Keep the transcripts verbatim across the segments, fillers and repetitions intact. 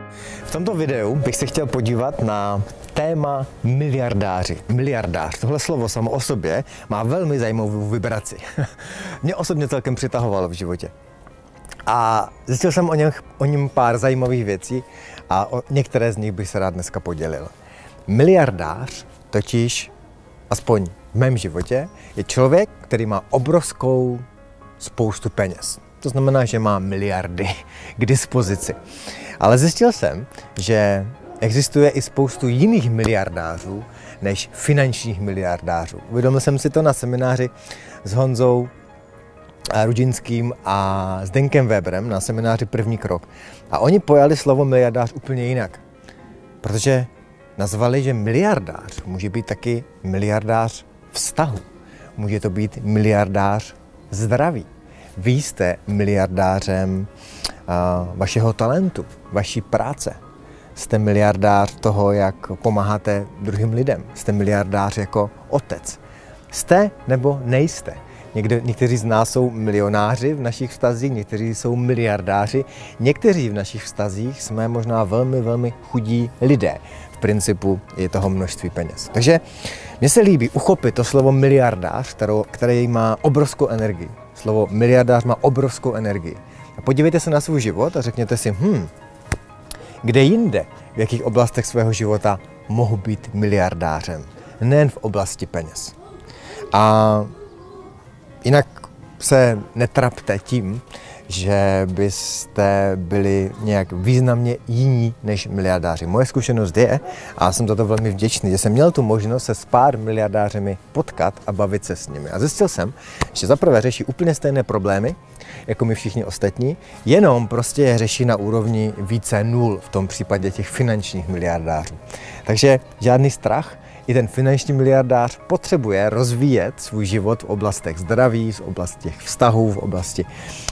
V tomto videu bych se chtěl podívat na téma miliardáři. Miliardář. Tohle slovo samo o sobě má velmi zajímavou vibraci. Mě osobně celkem přitahovalo v životě. A zjistil jsem o něm, o něm pár zajímavých věcí a o některé z nich bych se rád dneska podělil. Miliardář totiž, aspoň v mém životě, je člověk, který má obrovskou spoustu peněz. To znamená, že má miliardy k dispozici. Ale zjistil jsem, že existuje i spoustu jiných miliardářů než finančních miliardářů. Uvědomil jsem si to na semináři s Honzou Rudinským a Zdenkem Weberem na semináři První krok. A oni pojali slovo miliardář úplně jinak. Protože nazvali, že miliardář může být taky miliardář vztahu. Může to být miliardář zdraví. Vy jste miliardářem uh, vašeho talentu, vaší práce. Jste miliardář toho, jak pomáháte druhým lidem. Jste miliardář jako otec. Jste nebo nejste. Někde, někteří z nás jsou milionáři v našich vztazích, někteří jsou miliardáři. Někteří v našich vztazích jsme možná velmi, velmi chudí lidé. V principu je toho množství peněz. Takže mně se líbí uchopit to slovo miliardář, kterou, který má obrovskou energii. Slovo miliardář má obrovskou energii. A podívejte se na svůj život a řekněte si, hm, kde jinde, v jakých oblastech svého života mohu být miliardářem. Nejen v oblasti peněz. A jinak se netrapte tím, že byste byli nějak významně jiní než miliardáři. Moje zkušenost je, a jsem za to velmi vděčný, že jsem měl tu možnost se s pár miliardářemi potkat a bavit se s nimi. A zjistil jsem, že zaprvé řeší úplně stejné problémy, jako my všichni ostatní, jenom prostě je řeší na úrovni více nul v tom případě těch finančních miliardářů. Takže žádný strach. I ten finanční miliardář potřebuje rozvíjet svůj život v oblastech zdraví, v oblasti těch vztahů, v oblasti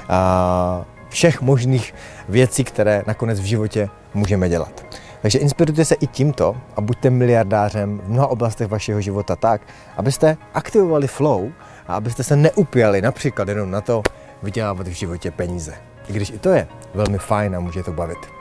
a, všech možných věcí, které nakonec v životě můžeme dělat. Takže inspirujte se i tímto a buďte miliardářem v mnoha oblastech vašeho života tak, abyste aktivovali flow a abyste se neupěli například jenom na to vydělávat v životě peníze. I když i to je velmi fajn a může to bavit.